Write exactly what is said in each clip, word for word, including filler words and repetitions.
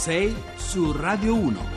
sei su Radio uno.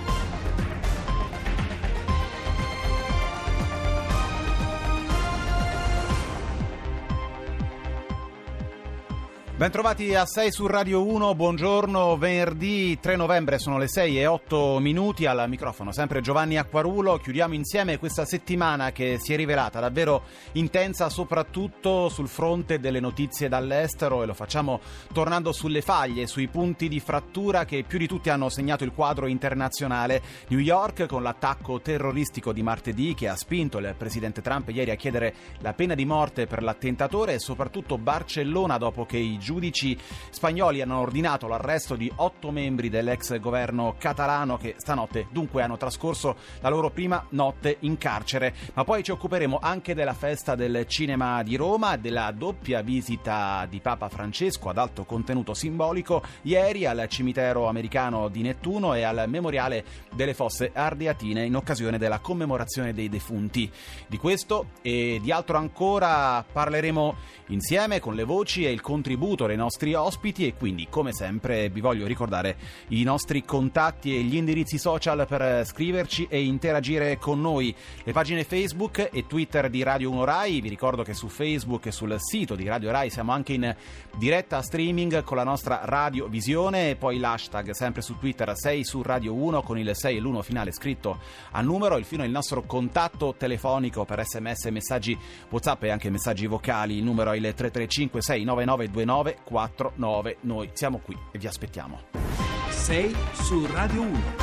Bentrovati a sei su Radio uno, buongiorno, venerdì tre novembre, sono le sei e otto minuti, al microfono sempre Giovanni Acquarulo. Chiudiamo insieme questa settimana che si è rivelata davvero intensa, soprattutto sul fronte delle notizie dall'estero, e lo facciamo tornando sulle faglie, sui punti di frattura che più di tutti hanno segnato il quadro internazionale. New York, con l'attacco terroristico di martedì che ha spinto il presidente Trump ieri a chiedere la pena di morte per l'attentatore, e soprattutto Barcellona, dopo che i giudici spagnoli hanno ordinato l'arresto di otto membri dell'ex governo catalano che stanotte dunque hanno trascorso la loro prima notte in carcere. Ma poi ci occuperemo anche della festa del cinema di Roma, della doppia visita di Papa Francesco ad alto contenuto simbolico ieri al cimitero americano di Nettuno e al memoriale delle fosse ardeatine in occasione della commemorazione dei defunti. Di questo e di altro ancora parleremo insieme con le voci e il contributo dei nostri ospiti, e quindi come sempre vi voglio ricordare i nostri contatti e gli indirizzi social per scriverci e interagire con noi: le pagine Facebook e Twitter di Radio uno Rai. Vi ricordo che su Facebook e sul sito di Radio Rai siamo anche in diretta streaming con la nostra radiovisione, e poi l'hashtag sempre su Twitter sei su Radio uno con il sei e l'uno finale scritto a numero. Infine il nostro contatto telefonico per sms, messaggi WhatsApp e anche messaggi vocali. Il numero è il tre tre cinque sei nove nove due nove quattro nove. Noi siamo qui e vi aspettiamo. sei su Radio uno.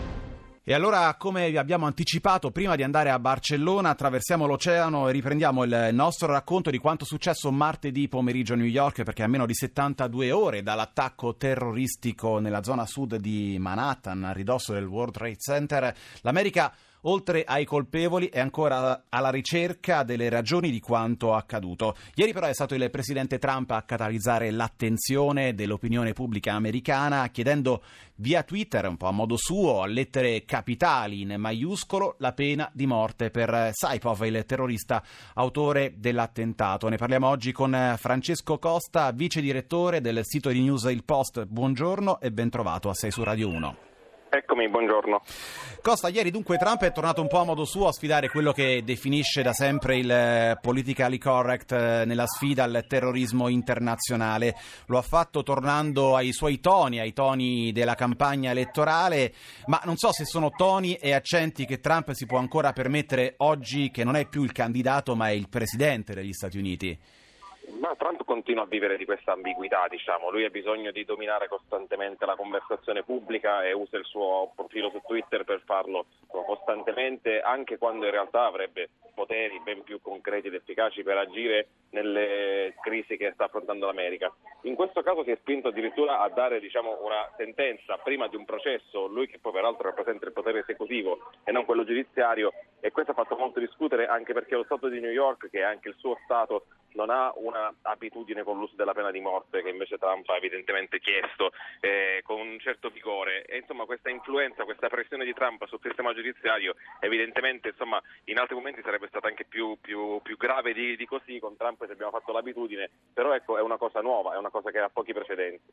E allora, come vi abbiamo anticipato, prima di andare a Barcellona attraversiamo l'oceano e riprendiamo il nostro racconto di quanto successo martedì pomeriggio a New York, perché a meno di settantadue ore dall'attacco terroristico nella zona sud di Manhattan, a ridosso del World Trade Center, l'America, oltre ai colpevoli, è ancora alla ricerca delle ragioni di quanto accaduto. Ieri però è stato il presidente Trump a catalizzare l'attenzione dell'opinione pubblica americana, chiedendo via Twitter, un po' a modo suo, a lettere capitali in maiuscolo, la pena di morte per Saipov, il terrorista autore dell'attentato. Ne parliamo oggi con Francesco Costa, vice direttore del sito di news Il Post. Buongiorno e ben trovato a sei su Radio uno. Eccomi, buongiorno. Costa, ieri dunque Trump è tornato un po' a modo suo a sfidare quello che definisce da sempre il politically correct nella sfida al terrorismo internazionale. Lo ha fatto tornando ai suoi toni, ai toni della campagna elettorale, ma non so se sono toni e accenti che Trump si può ancora permettere oggi che non è più il candidato ma è il presidente degli Stati Uniti. Ma Trump continua a vivere di questa ambiguità, diciamo. Lui ha bisogno di dominare costantemente la conversazione pubblica e usa il suo profilo su Twitter per farlo costantemente, anche quando in realtà avrebbe poteri ben più concreti ed efficaci per agire nelle crisi che sta affrontando l'America. In questo caso si è spinto addirittura a dare, diciamo, una sentenza prima di un processo, lui che poi peraltro rappresenta il potere esecutivo e non quello giudiziario, e questo ha fatto molto discutere, anche perché lo Stato di New York, che è anche il suo Stato, non ha una abitudine con l'uso della pena di morte, che invece Trump ha evidentemente chiesto eh, con un certo vigore. E insomma questa influenza, questa pressione di Trump sul sistema giudiziario evidentemente, insomma, in altri momenti sarebbe stata anche più, più, più grave di, di così. Con Trump ci abbiamo fatto l'abitudine, però ecco, è una cosa nuova, è una cosa che ha pochi precedenti.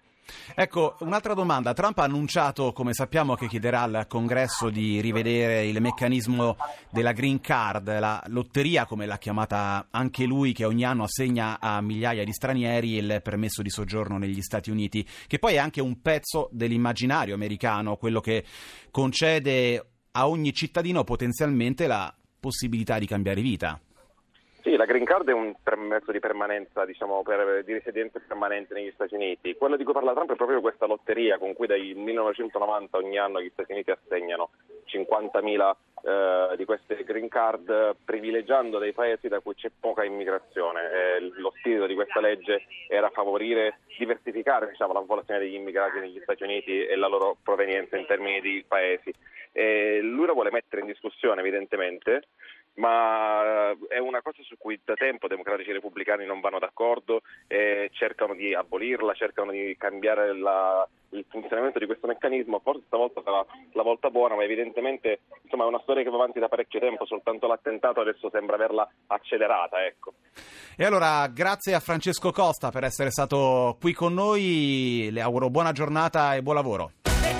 Ecco, un'altra domanda. Trump ha annunciato, come sappiamo, che chiederà al Congresso di rivedere il meccanismo della Green Card, la lotteria, come l'ha chiamata anche lui, che ogni anno assegna a migliaia di stranieri il permesso di soggiorno negli Stati Uniti, che poi è anche un pezzo dell'immaginario americano, quello che concede a ogni cittadino potenzialmente la possibilità di cambiare vita. Sì, la Green Card è un permesso di permanenza, diciamo, per, di residenza permanente negli Stati Uniti. Quello di cui parla Trump è proprio questa lotteria con cui dal millenovecentonovanta ogni anno gli Stati Uniti assegnano cinquantamila eh, di queste Green Card, privilegiando dei paesi da cui c'è poca immigrazione. Eh, lo spirito di questa legge era favorire, diversificare, diciamo, la popolazione degli immigrati negli Stati Uniti e la loro provenienza in termini di paesi. Eh, lui lo vuole mettere in discussione, evidentemente, ma è una cosa su cui da tempo democratici e repubblicani non vanno d'accordo, e cercano di abolirla, cercano di cambiare la, il funzionamento di questo meccanismo. Forse stavolta sarà la volta buona, ma evidentemente, insomma, è una storia che va avanti da parecchio tempo, soltanto l'attentato adesso sembra averla accelerata, ecco. E allora grazie a Francesco Costa per essere stato qui con noi, le auguro buona giornata e buon lavoro.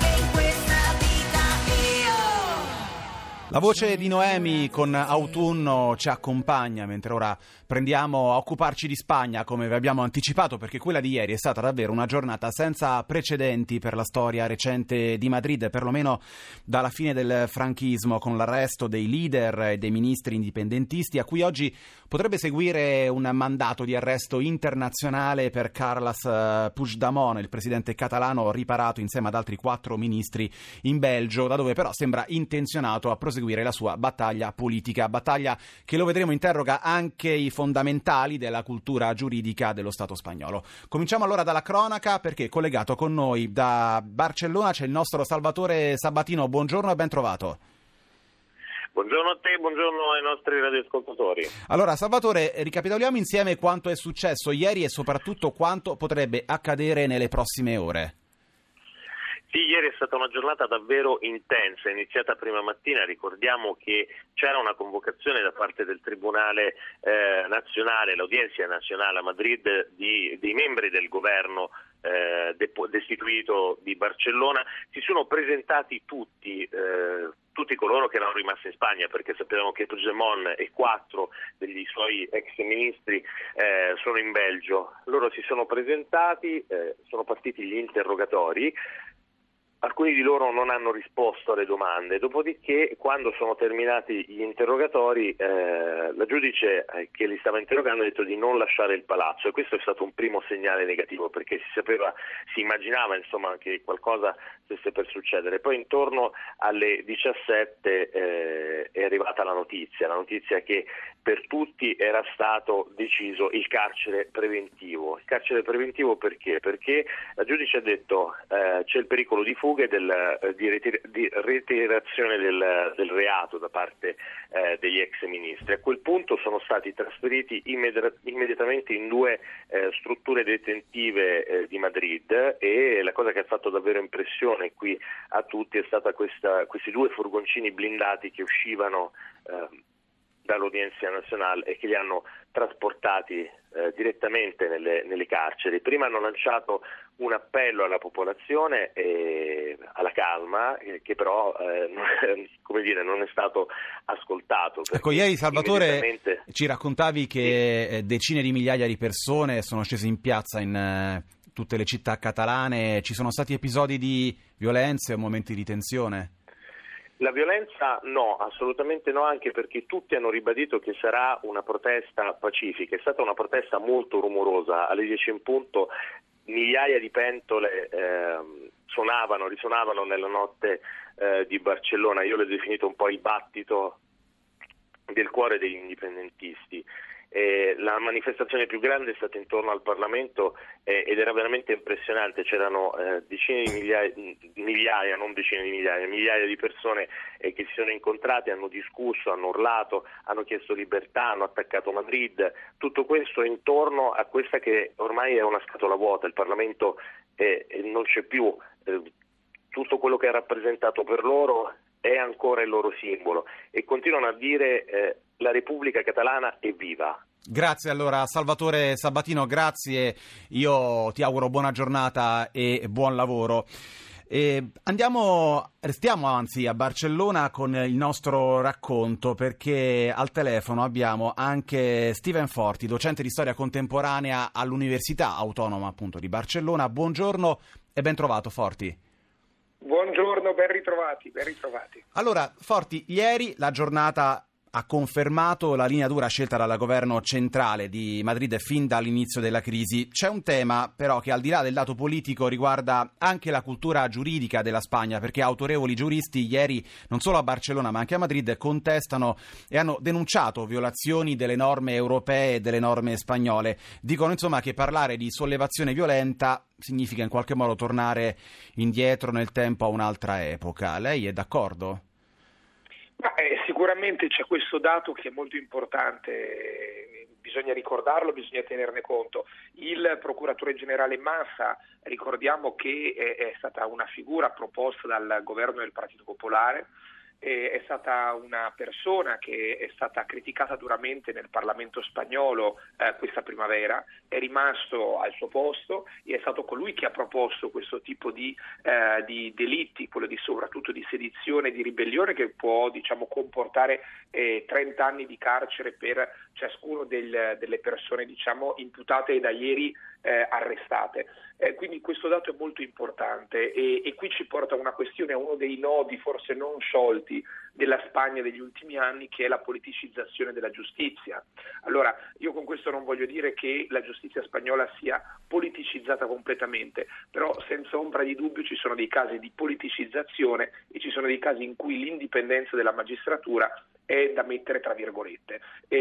La voce di Noemi con Autunno ci accompagna, mentre ora prendiamo a occuparci di Spagna, come vi abbiamo anticipato, perché quella di ieri è stata davvero una giornata senza precedenti per la storia recente di Madrid, perlomeno dalla fine del franchismo, con l'arresto dei leader e dei ministri indipendentisti, a cui oggi potrebbe seguire un mandato di arresto internazionale per Carles Puigdemont, il presidente catalano riparato insieme ad altri quattro ministri in Belgio, da dove però sembra intenzionato a proseguire la sua battaglia politica, battaglia che, lo vedremo, interroga anche i fondamentali della cultura giuridica dello Stato spagnolo. Cominciamo allora dalla cronaca, perché collegato con noi da Barcellona c'è il nostro Salvatore Sabatino. Buongiorno e ben trovato. Buongiorno a te, buongiorno ai nostri radioascoltatori. Allora, Salvatore, ricapitoliamo insieme quanto è successo ieri e soprattutto quanto potrebbe accadere nelle prossime ore. Sì, ieri è stata una giornata davvero intensa, iniziata prima mattina. Ricordiamo che c'era una convocazione da parte del Tribunale eh, nazionale, l'Audiencia nazionale a Madrid, di, dei membri del governo eh, destituito di Barcellona. Si sono presentati tutti, eh, tutti coloro che erano rimasti in Spagna, perché sappiamo che Puigdemont e quattro degli suoi ex ministri eh, sono in Belgio. Loro si sono presentati, eh, sono partiti gli interrogatori. Alcuni di loro non hanno risposto alle domande, dopodiché quando sono terminati gli interrogatori eh, la giudice eh, che li stava interrogando ha detto di non lasciare il palazzo, e questo è stato un primo segnale negativo, perché si sapeva, si immaginava insomma che qualcosa stesse per succedere. Poi intorno alle diciassette eh, è arrivata la notizia, la notizia che per tutti era stato deciso il carcere preventivo. Il carcere preventivo perché? Perché la giudice ha detto eh, c'è il pericolo di fuga e del, di, ritir- di reiterazione del, del reato da parte eh, degli ex ministri. A quel punto sono stati trasferiti immedi- immediatamente in due eh, strutture detentive eh, di Madrid, e la cosa che ha fatto davvero impressione qui a tutti è stata questa, questi due furgoncini blindati che uscivano eh, dall'Audiencia nazionale e che li hanno trasportati eh, direttamente nelle, nelle carceri. Prima hanno lanciato un appello alla popolazione e alla calma, eh, che però eh, non, come dire, non è stato ascoltato. Ecco, ieri, Salvatore, immediatamente... ci raccontavi che sì. decine di migliaia di persone sono scese in piazza in eh, tutte le città catalane. Ci sono stati episodi di violenze o momenti di tensione? La violenza no, assolutamente no, anche perché tutti hanno ribadito che sarà una protesta pacifica. È stata una protesta molto rumorosa. Alle dieci in punto migliaia di pentole eh, suonavano, risonavano nella notte eh, di Barcellona. Io l'ho definito un po' il battito del cuore degli indipendentisti. Eh, la manifestazione più grande è stata intorno al Parlamento eh, ed era veramente impressionante. C'erano eh, decine di migliaia, migliaia, non decine di migliaia, migliaia di persone eh, che si sono incontrate, hanno discusso, hanno urlato, hanno chiesto libertà, hanno attaccato Madrid. Tutto questo intorno a questa che ormai è una scatola vuota. Il Parlamento eh, non c'è più. Eh, tutto quello che ha rappresentato per loro è ancora il loro simbolo, e continuano a dire eh, la Repubblica Catalana è viva. Grazie allora Salvatore Sabatino, grazie, io ti auguro buona giornata e buon lavoro. E andiamo, restiamo anzi a Barcellona con il nostro racconto, perché al telefono abbiamo anche Steven Forti, docente di storia contemporanea all'Università Autonoma appunto di Barcellona. Buongiorno e ben trovato, Forti. Buongiorno, ben ritrovati, ben ritrovati. Allora, Forti, ieri la giornata ha confermato la linea dura scelta dal governo centrale di Madrid fin dall'inizio della crisi. C'è un tema però che, al di là del lato politico, riguarda anche la cultura giuridica della Spagna, perché autorevoli giuristi ieri, non solo a Barcellona ma anche a Madrid, contestano e hanno denunciato violazioni delle norme europee e delle norme spagnole. Dicono insomma che parlare di sollevazione violenta significa in qualche modo tornare indietro nel tempo a un'altra epoca. Lei è d'accordo? Ma, eh, sicuramente c'è questo dato che è molto importante, bisogna ricordarlo, bisogna tenerne conto. Il procuratore generale Massa, ricordiamo che è, è stata una figura proposta dal governo del Partito Popolare, eh, è stata una persona che è stata criticata duramente nel Parlamento spagnolo eh, questa primavera, è rimasto al suo posto e è stato colui che ha proposto questo tipo di, eh, di delitti, quello di soprattutto di sedizione e di ribellione, che può diciamo comportare eh, trenta anni di carcere per ciascuno del, delle persone diciamo imputate e da ieri eh, arrestate. Eh, quindi questo dato è molto importante e, e qui ci porta a una questione, a uno dei nodi forse non sciolti della Spagna degli ultimi anni, che è la politicizzazione della giustizia. Allora, io con questo non voglio dire che la giustizia spagnola sia politicizzata completamente, però senza ombra di dubbio ci sono dei casi di politicizzazione e ci sono dei casi in cui l'indipendenza della magistratura è da mettere tra virgolette.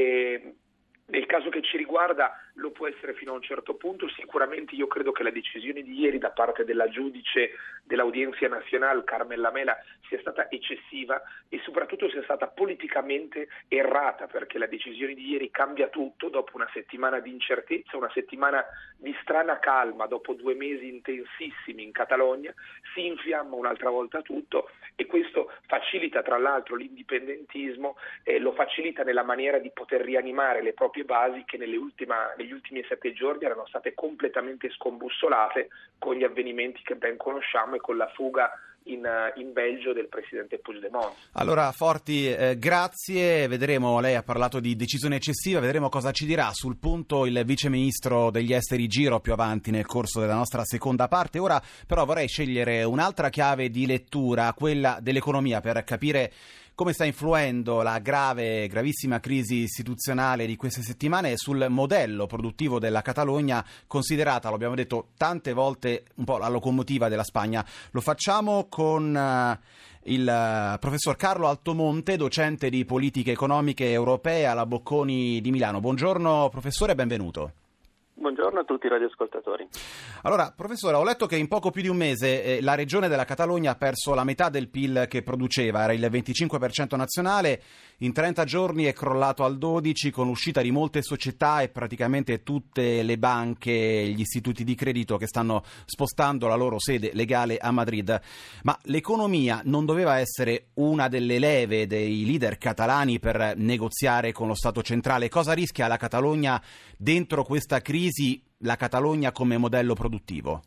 E nel caso che ci riguarda lo può essere fino a un certo punto. Sicuramente io credo che la decisione di ieri da parte della giudice dell'Audiencia Nacional, Carmen Lamela, sia stata eccessiva e soprattutto sia stata politicamente errata, perché la decisione di ieri cambia tutto dopo una settimana di incertezza, una settimana di strana calma, dopo due mesi intensissimi in Catalogna, si infiamma un'altra volta tutto e questo facilita tra l'altro l'indipendentismo, eh, lo facilita nella maniera di poter rianimare le proprie basi che nelle ultima, negli ultimi sette giorni erano state completamente scombussolate con gli avvenimenti che ben conosciamo e con la fuga in, in Belgio del presidente Puigdemont. Allora Forti, eh, grazie, vedremo, lei ha parlato di decisione eccessiva, vedremo cosa ci dirà sul punto il vice ministro degli esteri Giro più avanti nel corso della nostra seconda parte. Ora però vorrei scegliere un'altra chiave di lettura, quella dell'economia, per capire come sta influendo la grave, gravissima crisi istituzionale di queste settimane sul modello produttivo della Catalogna, considerata, lo abbiamo detto tante volte, un po' la locomotiva della Spagna. Lo facciamo con uh, il uh, professor Carlo Altomonte, docente di politiche economiche europee alla Bocconi di Milano. Buongiorno professore, benvenuto. Buongiorno a tutti i radioascoltatori. Allora, professore, ho letto che in poco più di un mese eh, la regione della Catalogna ha perso la metà del P I L che produceva, era il venticinque per cento nazionale, in trenta giorni è crollato al dodici per cento con l'uscita di molte società e praticamente tutte le banche e gli istituti di credito che stanno spostando la loro sede legale a Madrid. Ma l'economia non doveva essere una delle leve dei leader catalani per negoziare con lo Stato centrale? Cosa rischia la Catalogna dentro questa crisi? La Catalogna come modello produttivo?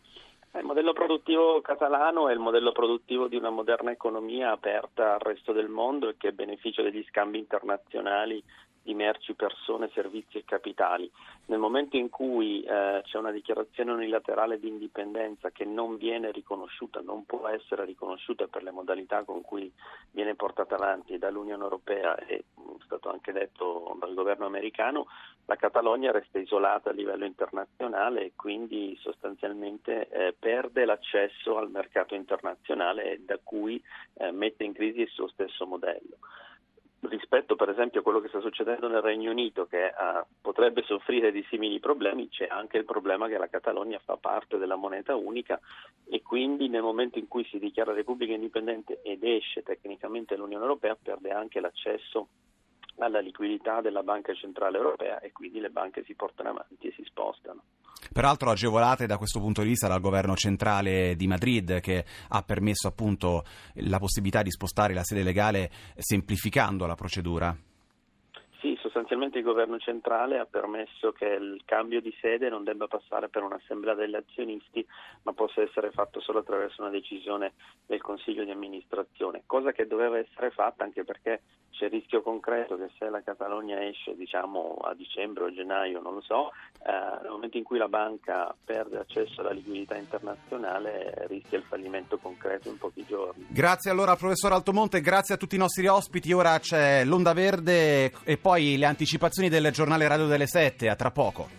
Il modello produttivo catalano è il modello produttivo di una moderna economia aperta al resto del mondo e che beneficia degli scambi internazionali di merci, persone, servizi e capitali. Nel momento in cui eh, c'è una dichiarazione unilaterale di indipendenza che non viene riconosciuta, non può essere riconosciuta per le modalità con cui viene portata avanti dall'Unione Europea e è stato anche detto dal governo americano, la Catalogna resta isolata a livello internazionale e quindi sostanzialmente eh, perde l'accesso al mercato internazionale da cui eh, mette in crisi il suo stesso modello. Rispetto per esempio a quello che sta succedendo nel Regno Unito, che uh, potrebbe soffrire di simili problemi, c'è anche il problema che la Catalogna fa parte della moneta unica e quindi nel momento in cui si dichiara Repubblica Indipendente ed esce tecnicamente l'Unione Europea perde anche l'accesso alla liquidità della Banca Centrale Europea e quindi le banche si portano avanti e si spostano. Peraltro agevolate da questo punto di vista dal governo centrale di Madrid, che ha permesso appunto la possibilità di spostare la sede legale semplificando la procedura. Sì, sostanzialmente il governo centrale ha permesso che il cambio di sede non debba passare per un'assemblea degli azionisti, ma possa essere fatto solo attraverso una decisione del Consiglio di amministrazione, cosa che doveva essere fatta anche perché c'è il rischio concreto che se la Catalogna esce diciamo a dicembre o gennaio, non lo so, eh, nel momento in cui la banca perde accesso alla liquidità internazionale rischia il fallimento concreto in pochi giorni. Grazie allora professor Altomonte, grazie a tutti i nostri ospiti. Ora c'è l'Onda Verde e poi le anticipazioni del giornale radio delle sette, a tra poco.